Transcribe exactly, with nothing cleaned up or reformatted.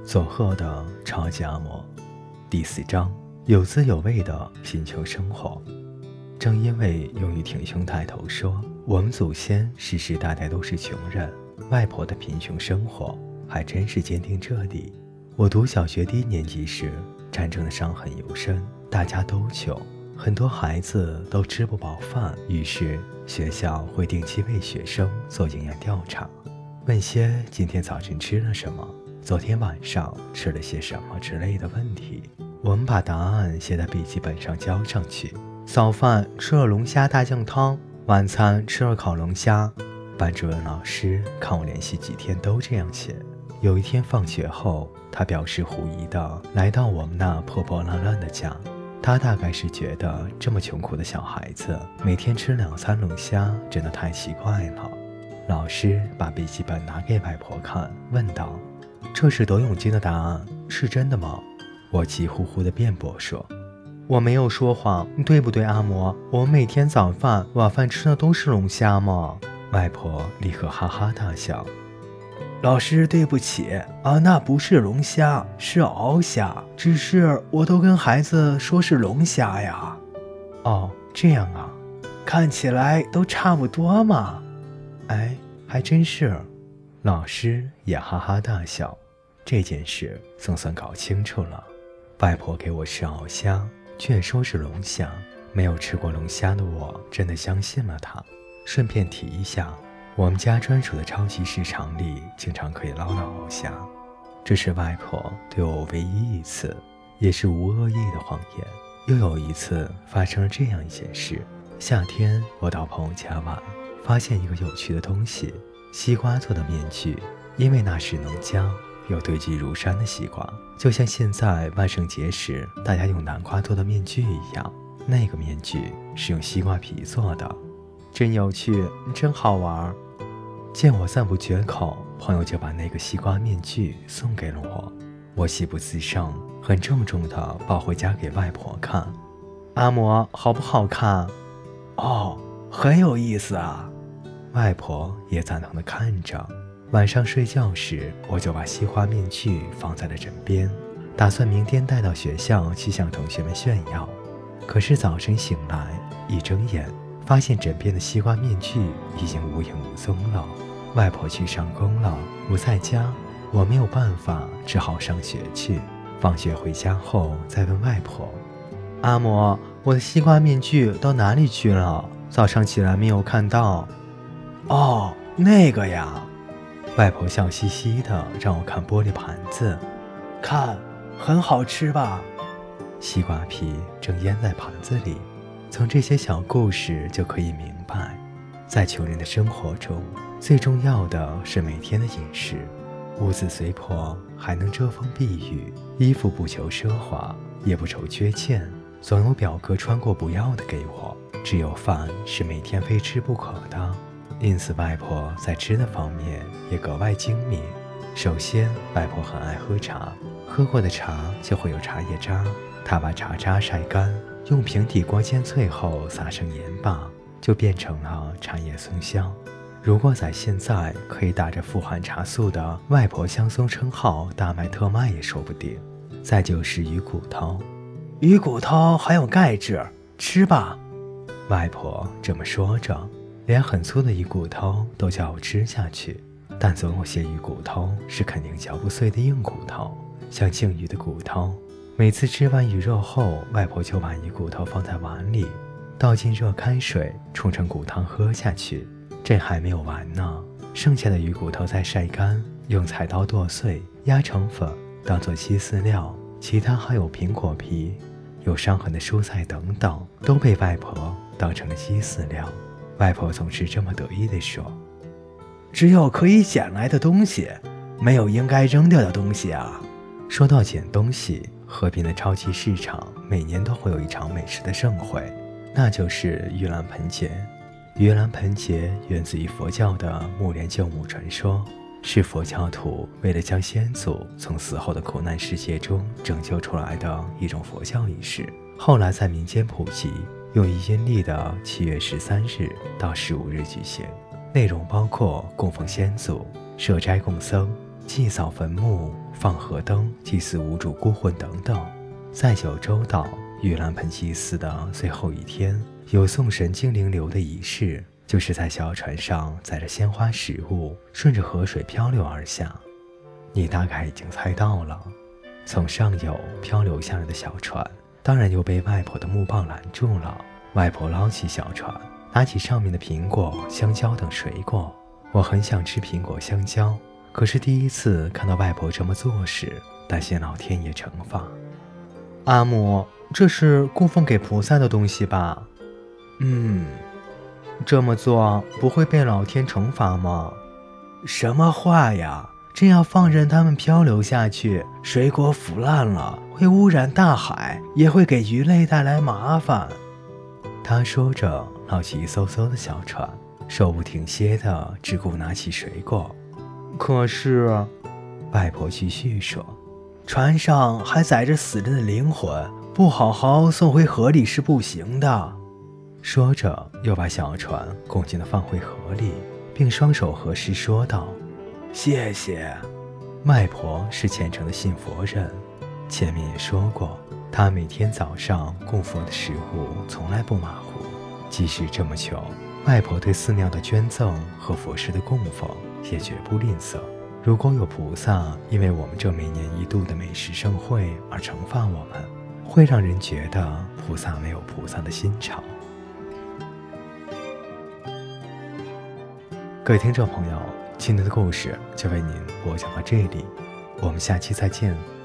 佐贺的超级阿嬷第四章，有滋有味的贫穷生活。正因为用于挺胸抬头说我们祖先世世代代都是穷人，外婆的贫穷生活还真是坚定这里。我读小学低年级时，战争的伤痕尤深，大家都穷，很多孩子都吃不饱饭，于是学校会定期为学生做营养调查，问些今天早晨吃了什么，昨天晚上吃了些什么之类的问题。我们把答案写在笔记本上交上去。早饭吃了龙虾大酱汤，晚餐吃了烤龙虾。班主任老师看我连续几天都这样写。有一天放学后，他表示狐疑地来到我们那破破烂烂的家。他大概是觉得这么穷苦的小孩子每天吃两餐龙虾真的太奇怪了。老师把笔记本拿给外婆看，问道：这是德永金的答案，是真的吗？我急呼呼地辩驳说：我没有说谎，对不对阿嬷？我们每天早饭晚饭吃的都是龙虾吗？外婆立刻哈哈大笑。老师对不起啊，那不是龙虾，是鳌虾，只是我都跟孩子说是龙虾呀。哦，这样啊，看起来都差不多嘛。哎，还真是。老师也哈哈大笑。这件事总算搞清楚了。外婆给我吃鳌虾，却说是龙虾。没有吃过龙虾的我真的相信了她。顺便提一下，我们家专属的超级市场里经常可以捞到鳌虾。这是外婆对我唯一一次也是无恶意的谎言。又有一次发生了这样一件事。夏天我到朋友家玩，发现一个有趣的东西，西瓜做的面具。因为那是农家有堆积如山的西瓜，就像现在万圣节时大家用南瓜做的面具一样。那个面具是用西瓜皮做的，真有趣，真好玩。见我赞不绝口，朋友就把那个西瓜面具送给了我。我喜不自胜，很郑重地抱回家给外婆看。阿嬷，好不好看？哦，很有意思啊。外婆也赞同地看着。晚上睡觉时，我就把西瓜面具放在了枕边，打算明天带到学校去向同学们炫耀。可是早晨醒来，一睁眼发现枕边的西瓜面具已经无影无踪了。外婆去上工了，不在家，我没有办法，只好上学去。放学回家后再问外婆：阿嬷，我的西瓜面具到哪里去了？早上起来没有看到。哦，那个呀。外婆笑嘻嘻的让我看玻璃盘子，看，很好吃吧？西瓜皮正腌在盘子里。从这些小故事就可以明白，在穷人的生活中，最重要的是每天的饮食。屋子虽破，还能遮风避雨，衣服不求奢华，也不愁缺欠，总有表哥穿过不要的给我。只有饭是每天非吃不可的。因此外婆在吃的方面也格外精明。首先，外婆很爱喝茶，喝过的茶就会有茶叶渣，她把茶渣晒干，用平底锅煎脆后撒上盐巴，就变成了茶叶松香。如果在现在，可以打着富含茶素的外婆香松称号大卖特卖也说不定。再就是鱼骨头，鱼骨头还有钙质，吃吧。外婆这么说着，连很粗的鱼骨头都叫我吃下去，但总有些鱼骨头是肯定嚼不碎的硬骨头，像鲸鱼的骨头。每次吃完鱼肉后，外婆就把鱼骨头放在碗里，倒进热开水，冲成骨汤喝下去。这还没有完呢，剩下的鱼骨头再晒干，用菜刀剁碎，压成粉，当做鸡饲料。其他还有苹果皮、有伤痕的蔬菜等等，都被外婆当成了鸡饲料。外婆总是这么得意地说：只有可以捡来的东西，没有应该扔掉的东西啊。说到捡东西，河边的超级市场每年都会有一场美食的盛会，那就是盂兰盆节。盂兰盆节源自于佛教的木莲救母传说，是佛教徒为了将先祖从死后的苦难世界中拯救出来的一种佛教仪式。后来在民间普及，用于阴历的七月十三日到十五日举行，内容包括供奉先祖、设斋供僧、 祭扫坟墓、放河灯、祭祀无主孤魂等等。在九州岛玉兰盆祭祀的最后一天，有送神精灵流的仪式，就是在小船上载着鲜花食物，顺着河水漂流而下。你大概已经猜到了，从上游漂流下来的小船，当然又被外婆的木棒拦住了。外婆捞起小船，拿起上面的苹果、香蕉等水果。我很想吃苹果、香蕉，可是第一次看到外婆这么做时，担心老天爷惩罚。阿母，这是供奉给菩萨的东西吧？嗯，这么做不会被老天惩罚吗？什么话呀！这样放任它们漂流下去，水果腐烂了，会污染大海，也会给鱼类带来麻烦。他说着，捞起一艘艘的小船，手不停歇地只顾拿起水果。可是，外婆继续说，船上还载着死人的灵魂，不好好送回河里是不行的。说着，又把小船恭敬地放回河里，并双手合十说道：谢谢。外婆是虔诚的信佛人，前面也说过，她每天早上供佛的食物从来不马虎，即使这么穷，外婆对寺庙的捐赠和佛事的供奉也绝不吝啬。如果有菩萨因为我们这每年一度的美食盛会而惩罚我们，会让人觉得菩萨没有菩萨的心肠。各位听众朋友，今天的故事就为您播讲到这里，我们下期再见。